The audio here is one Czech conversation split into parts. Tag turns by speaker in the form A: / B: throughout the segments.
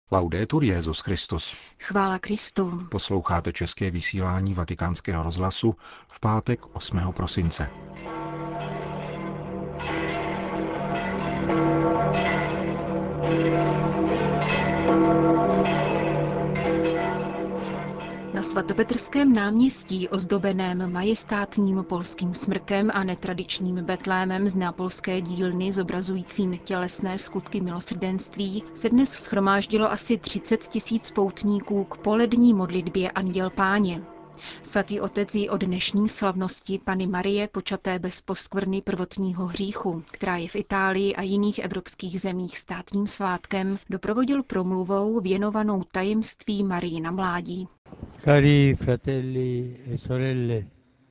A: Laudetur Jesus Christus.
B: Chvála Kristu.
A: Posloucháte české vysílání Vatikánského rozhlasu v pátek 8. prosince.
B: Na svatopetrském náměstí ozdobeném majestátním polským smrkem a netradičním betlémem z neapolské dílny zobrazujícím tělesné skutky milosrdenství se dnes shromáždilo asi 30 000 poutníků k polední modlitbě Anděl Páně. Svatý otec ji od dnešní slavnosti Panny Marie počaté bez poskvrny prvotního hříchu, která je v Itálii a jiných evropských zemích státním svátkem, doprovodil promluvou věnovanou tajemství Marii na mládí.
C: Cari fratelli e sorelle,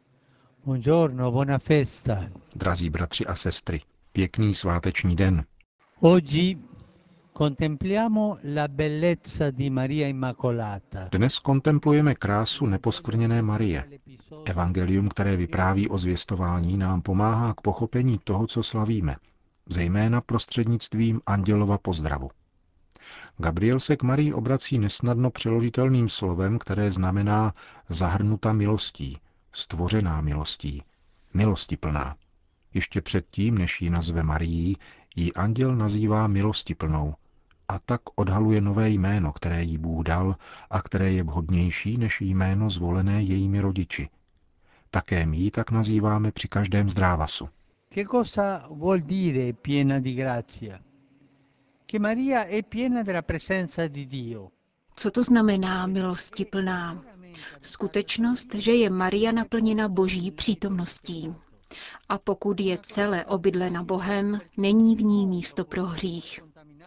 C: buongiorno, buona festa.
A: Drazí bratři a sestry, pěkný sváteční den.
C: Oggi contempliamo la bellezza di Maria Immacolata.
A: Dnes kontemplujeme krásu neposkvrněné Marie. Evangelium, které vypráví o zvěstování, nám pomáhá k pochopení toho, co slavíme, zejména prostřednictvím andělova pozdravu. Gabriel se k Marii obrací nesnadno přeložitelným slovem, které znamená zahrnuta milostí, stvořená milostí, milostiplná. Ještě předtím, než ji nazve Marií, ji anděl nazývá milostiplnou a tak odhaluje nové jméno, které jí Bůh dal a které je vhodnější než jméno zvolené jejími rodiči. Také my ji tak nazýváme při každém zdrávasu.
C: Che cosa vuol dire piena di grazia? Che Maria è piena della presenza di Dio.
B: Co to znamená milostiplná? Skutečnost, že je Maria naplněna Boží přítomností. A pokud je celé obydlena Bohem, není v ní místo pro hřích.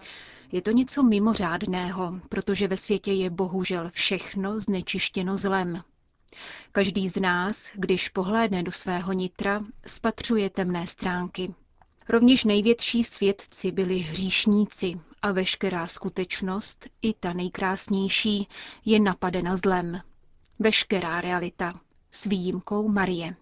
B: Je to něco mimořádného, protože ve světě je bohužel všechno znečištěno zlem. Každý z nás, když pohlédne do svého nitra, spatřuje temné stránky. Rovněž největší světci byli hříšníci a veškerá skutečnost, i ta nejkrásnější, je napadena zlem. Veškerá realita, s výjimkou Marie.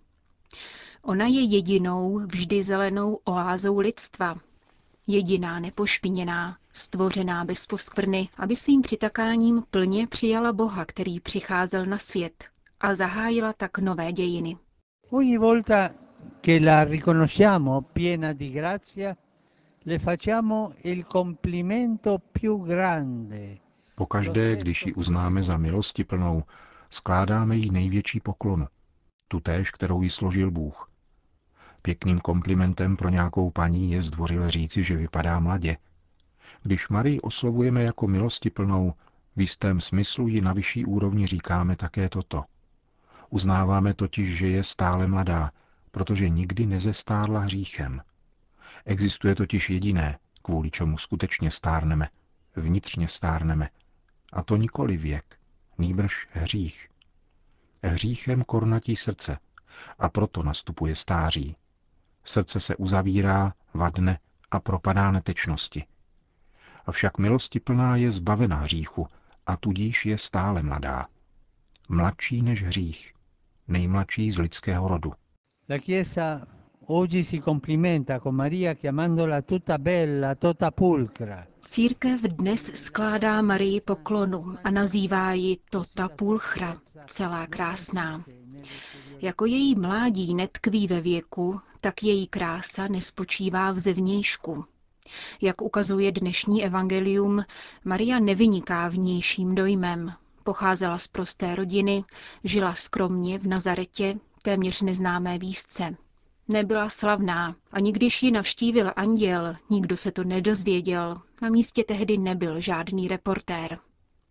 B: Ona je jedinou, vždy zelenou oázou lidstva. Jediná nepošpiněná, stvořená bez poskvrny, aby svým přitakáním plně přijala Boha, který přicházel na svět, a zahájila tak nové dějiny.
C: Ogni volta che la riconosciamo piena di grazia, le facciamo il complimento più grande.
A: Pokaždé, když ji uznáme za milostiplnou, skládáme jí největší poklonu, tutéž, kterou jí složil Bůh. Pěkným komplimentem pro nějakou paní je zdvořile říci, že vypadá mladě. Když Marii oslovujeme jako milostiplnou, v jistém smyslu ji na vyšší úrovni říkáme také toto. Uznáváme totiž, že je stále mladá, protože nikdy nezestárla hříchem. Existuje totiž jediné, kvůli čemu skutečně stárneme, vnitřně stárneme, a to nikoli věk, nýbrž hřích. Hříchem kornatí srdce, a proto nastupuje stáří. Srdce se uzavírá, vadne a propadá netečnosti. Avšak milostiplná je zbavena hříchu a tudíž je stále mladá. Mladší než hřích, nejmladší z lidského rodu.
C: La Chiesa oggi si complimenta con Maria chiamandola tutta bella, tutta pulcra.
B: Církev dnes skládá Marii poklonu a nazývá ji tota pulchra, celá krásná. Jako její mládí netkví ve věku, tak její krása nespočívá v zevnějšku. Jak ukazuje dnešní evangelium, Maria nevyniká vnějším dojmem. Pocházela z prosté rodiny, žila skromně v Nazaretě, téměř neznámé vísce. Nebyla slavná, ani když ji navštívil anděl, nikdo se to nedozvěděl, na místě tehdy nebyl žádný reportér.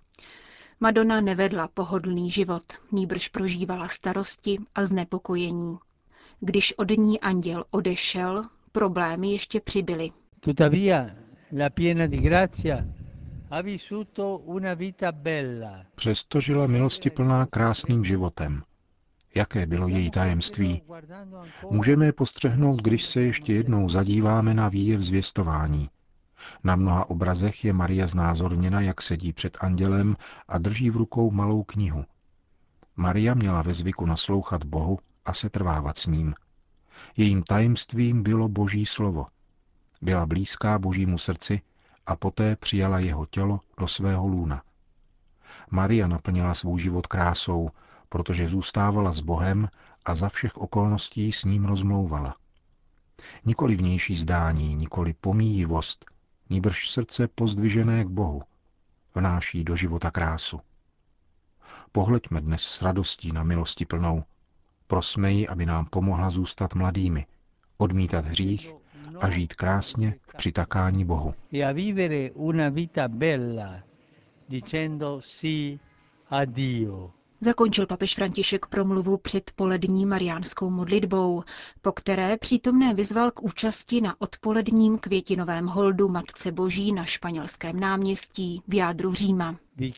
B: Madonna nevedla pohodlný život, nýbrž prožívala starosti a znepokojení. Když od ní anděl odešel, problémy ještě přibyly.
C: Tuttavia, la piena di grazia ha vissuto una vita bella.
A: Přesto žila milostiplná krásným životem. Jaké bylo její tajemství? Můžeme je postřehnout, když se ještě jednou zadíváme na výjev zvěstování. Na mnoha obrazech je Maria znázorněna, jak sedí před andělem a drží v rukou malou knihu. Maria měla ve zvyku naslouchat Bohu a setrvávat s ním. Jejím tajemstvím bylo Boží slovo. Byla blízká Božímu srdci a poté přijala jeho tělo do svého lůna. Maria naplnila svůj život krásou, protože zůstávala s Bohem a za všech okolností s ním rozmlouvala. Nikoli vnější zdání, nikoli pomíjivost, nýbrž srdce pozdvižené k Bohu, vnáší do života krásu. Pohleďme dnes s radostí na milostiplnou. Prosme ji, aby nám pomohla zůstat mladými, odmítat hřích a žít krásně v přitakání Bohu.
C: E a vivere una vita bella, dicendo sì a Dio.
B: Zakončil papež František promluvu před polední mariánskou modlitbou, po které přítomné vyzval k účasti na odpoledním květinovém holdu Matce Boží na Španělském náměstí v jádru Říma.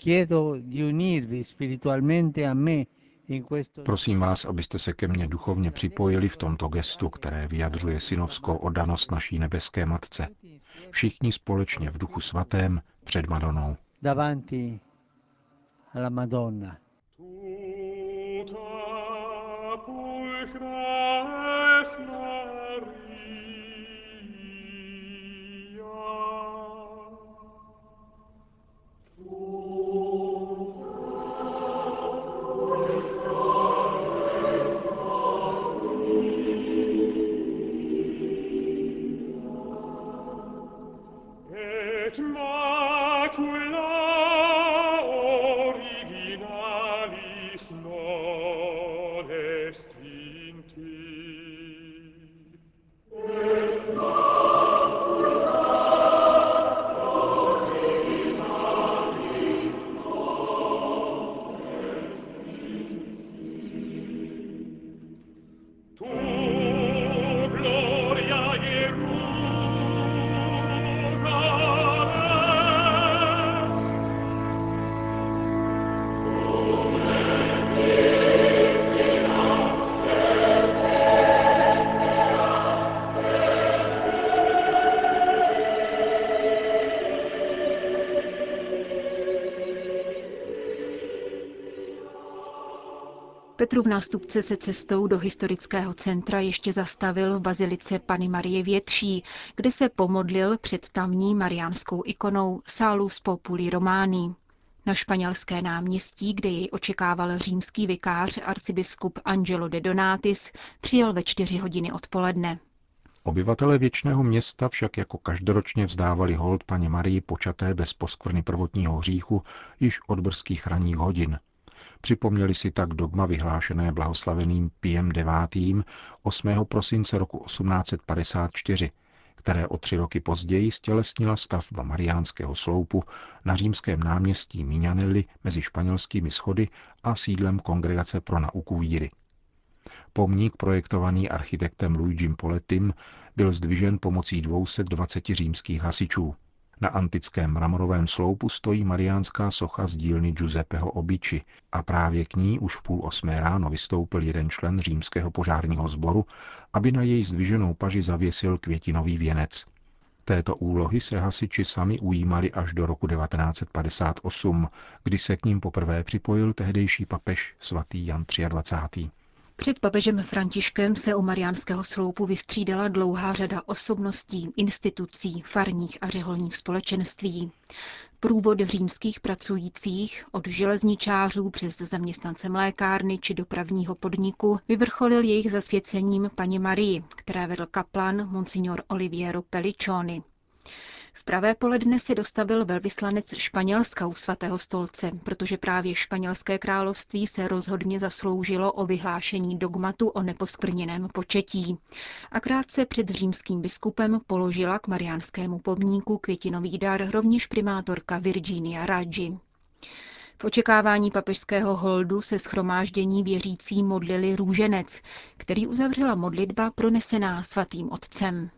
A: Prosím vás, abyste se ke mně duchovně připojili v tomto gestu, které vyjadřuje synovskou oddanost naší nebeské Matce. Všichni společně v Duchu svatém před Madonou.
C: Davanti alla Madonna.
B: Petrův nástupce se cestou do historického centra ještě zastavil v bazilice Panny Marie Větší, kde se pomodlil před tamní mariánskou ikonou Salus Populi Romani. Na Španělské náměstí, kde jej očekával římský vikář arcibiskup Angelo de Donatis, přijel ve 4 hodiny odpoledne.
A: Obyvatelé věčného města však jako každoročně vzdávali hold Panně Marii počaté bez poskvrny prvotního hříchu již od brzkých ranních hodin. Připomněli si tak dogma vyhlášené blahoslaveným Piem IX. 8. prosince roku 1854, které o 3 roky později stělesnila stavba mariánského sloupu na římském náměstí Mignanelli mezi Španělskými schody a sídlem Kongregace pro nauku víry. Pomník projektovaný architektem Luigim Polettim byl zdvižen pomocí 220 římských hasičů. Na antickém mramorovém sloupu stojí mariánská socha z dílny Giuseppeho Običi a právě k ní už v 7:30 ráno vystoupil jeden člen římského požárního sboru, aby na její zdviženou paži zavěsil květinový věnec. Této úlohy se hasiči sami ujímali až do roku 1958, kdy se k ním poprvé připojil tehdejší papež svatý Jan 23.
B: Před papežem Františkem se u mariánského sloupu vystřídala dlouhá řada osobností, institucí, farních a řeholních společenství. Průvod římských pracujících, od železničářů přes zaměstnance mlékárny či dopravního podniku, vyvrcholil jejich zasvěcením Panně Marii, které vedl kaplan Monsignor Oliviero Pelliccioni. V pravé poledne se dostavil velvyslanec Španělska u svatého stolce, protože právě Španělské království se rozhodně zasloužilo o vyhlášení dogmatu o neposkvrněném početí. A krátce před římským biskupem položila k mariánskému pomníku květinový dar rovněž primátorka Virginia Raggi. V očekávání papežského holdu se shromáždění věřící modlili růženec, který uzavřela modlitba pronesená svatým otcem.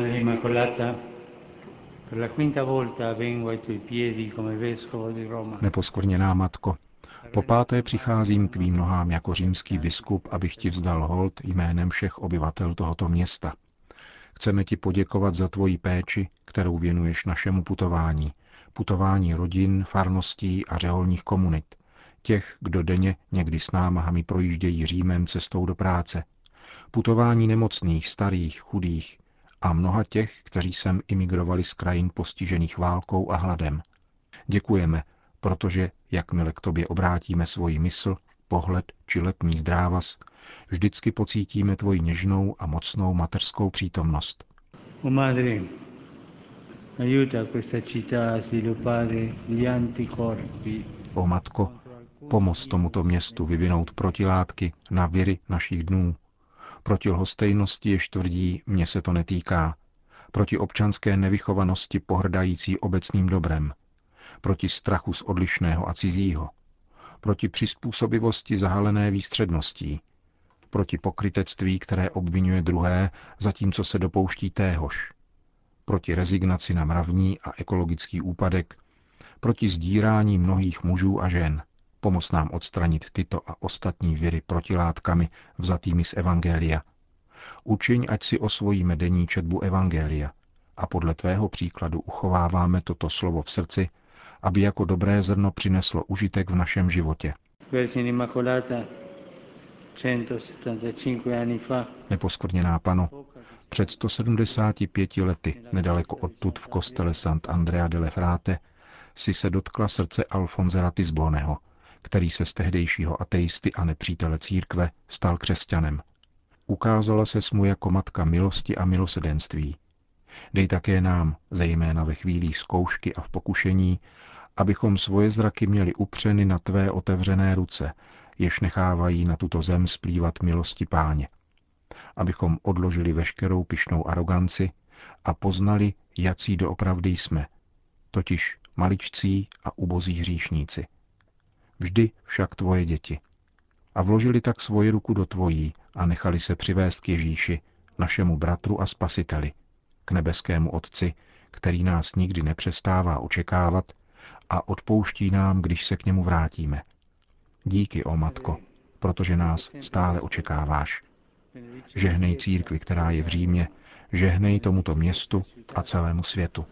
A: Neposkvrněná matko, po 5. přicházím k tvým nohám jako římský biskup, abych ti vzdal hold jménem všech obyvatel tohoto města. Chceme ti poděkovat za tvoji péči, kterou věnuješ našemu putování rodin, farností a řeholních komunit, těch, kdo denně někdy s námahami projíždějí Římem cestou do práce, putování nemocných, starých, chudých a mnoha těch, kteří sem imigrovali z krajin postižených válkou a hladem. Děkujeme, protože jakmile k tobě obrátíme svoji mysl, pohled či letní zdrávas, vždycky pocítíme tvoji něžnou a mocnou mateřskou přítomnost.
C: O Madre, aiuta questa città a sviluppare gli anticorpi.
A: O Matko, pomoz tomuto městu vyvinout protilátky na viry našich dnů, proti lhostejnosti, jež tvrdí, mně se to netýká, proti občanské nevychovanosti pohrdající obecným dobrem, proti strachu z odlišného a cizího, proti přizpůsobivosti zahalené výstředností, proti pokrytectví, které obvinuje druhé, zatímco se dopouští téhož, proti rezignaci na mravní a ekologický úpadek, proti sdírání mnohých mužů a žen. Pomoz nám odstranit tyto a ostatní viry protilátkami vzatými z Evangelia. Učiň, ať si osvojíme denní četbu Evangelia a podle tvého příkladu uchováváme toto slovo v srdci, aby jako dobré zrno přineslo užitek v našem životě. Neposkvrněná Pano, před 175 lety, nedaleko odtud v kostele Sant'Andrea delle Frate, si se dotkla srdce Alfonse Ratisboneho, který se z tehdejšího ateisty a nepřítele církve stal křesťanem. Ukázala ses mu jako matka milosti a milosedenství. Dej také nám, zejména ve chvílích zkoušky a v pokušení, abychom svoje zraky měli upřeny na tvé otevřené ruce, jež nechávají na tuto zem splývat milosti Páně. Abychom odložili veškerou pyšnou aroganci a poznali, jací doopravdy jsme, totiž maličcí a ubozí hříšníci. Vždy však tvoje děti. A vložili tak svoji ruku do tvojí a nechali se přivést k Ježíši, našemu bratru a spasiteli, k nebeskému Otci, který nás nikdy nepřestává očekávat a odpouští nám, když se k němu vrátíme. Díky, ó Matko, protože nás stále očekáváš. Žehnej církvi, která je v Římě, žehnej tomuto městu a celému světu.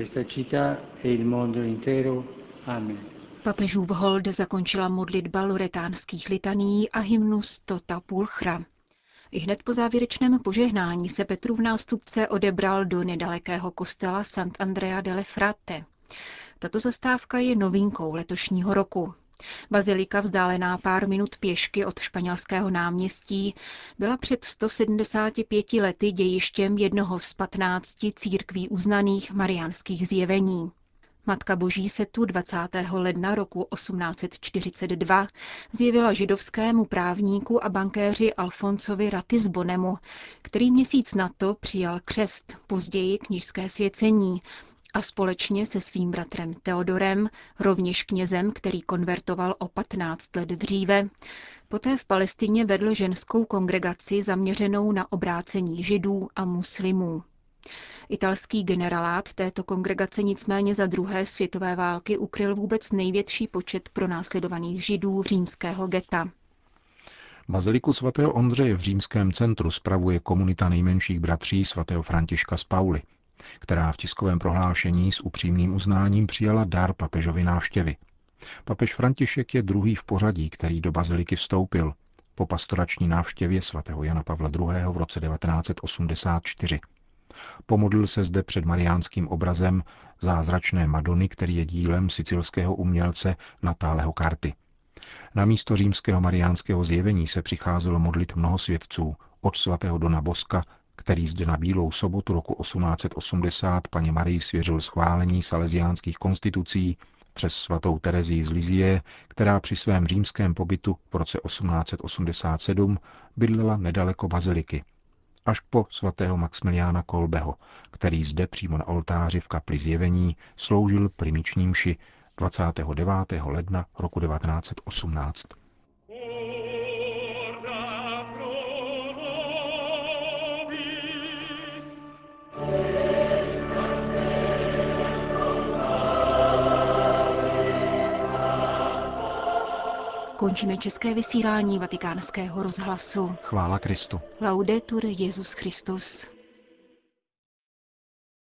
B: Papežův hold zakončila modlitba loretánských litanií a hymnus Tota Pulchra. Ihned po závěrečném požehnání se Petrův nástupce odebral do nedalekého kostela Sant'Andrea delle Frate. Tato zastávka je novinkou letošního roku. Bazilika, vzdálená pár minut pěšky od Španělského náměstí, byla před 175 lety dějištěm jednoho z 15 církví uznaných mariánských zjevení. Matka Boží se tu 20. ledna roku 1842 zjevila židovskému právníku a bankéři Alfonsovi Ratisbonemu, který měsíc na to přijal křest, později kněžské svěcení, a společně se svým bratrem Teodorem, rovněž knězem, který konvertoval o 15 let dříve, poté v Palestině vedl ženskou kongregaci zaměřenou na obrácení židů a muslimů. Italský generalát této kongregace nicméně za druhé světové války ukryl vůbec největší počet pronásledovaných židů římského geta.
A: Baziliku svatého Ondřeje v římském centru spravuje komunita nejmenších bratří svatého Františka z Pauly, která v tiskovém prohlášení s upřímným uznáním přijala dar papežovy návštěvy. Papež František je druhý v pořadí, který do baziliky vstoupil po pastorační návštěvě svatého Jana Pavla II. V roce 1984. Pomodlil se zde před mariánským obrazem zázračné Madony, který je dílem sicilského umělce Natáleho Carty. Na místo římského mariánského zjevení se přicházelo modlit mnoho svědců, od svatého Dona Boska, který zde na Bílou sobotu roku 1880 paně Marii svěřil schválení salesiánských konstitucí, přes svatou Terezii z Lizie, která při svém římském pobytu v roce 1887 bydlela nedaleko baziliky, až po svatého Maxmiliána Kolbeho, který zde přímo na oltáři v kapli zjevení sloužil primiční mši 29. ledna roku 1918.
B: Končíme české vysílání Vatikánského rozhlasu.
A: Chvála Kristu.
B: Laudetur Jesus Christus.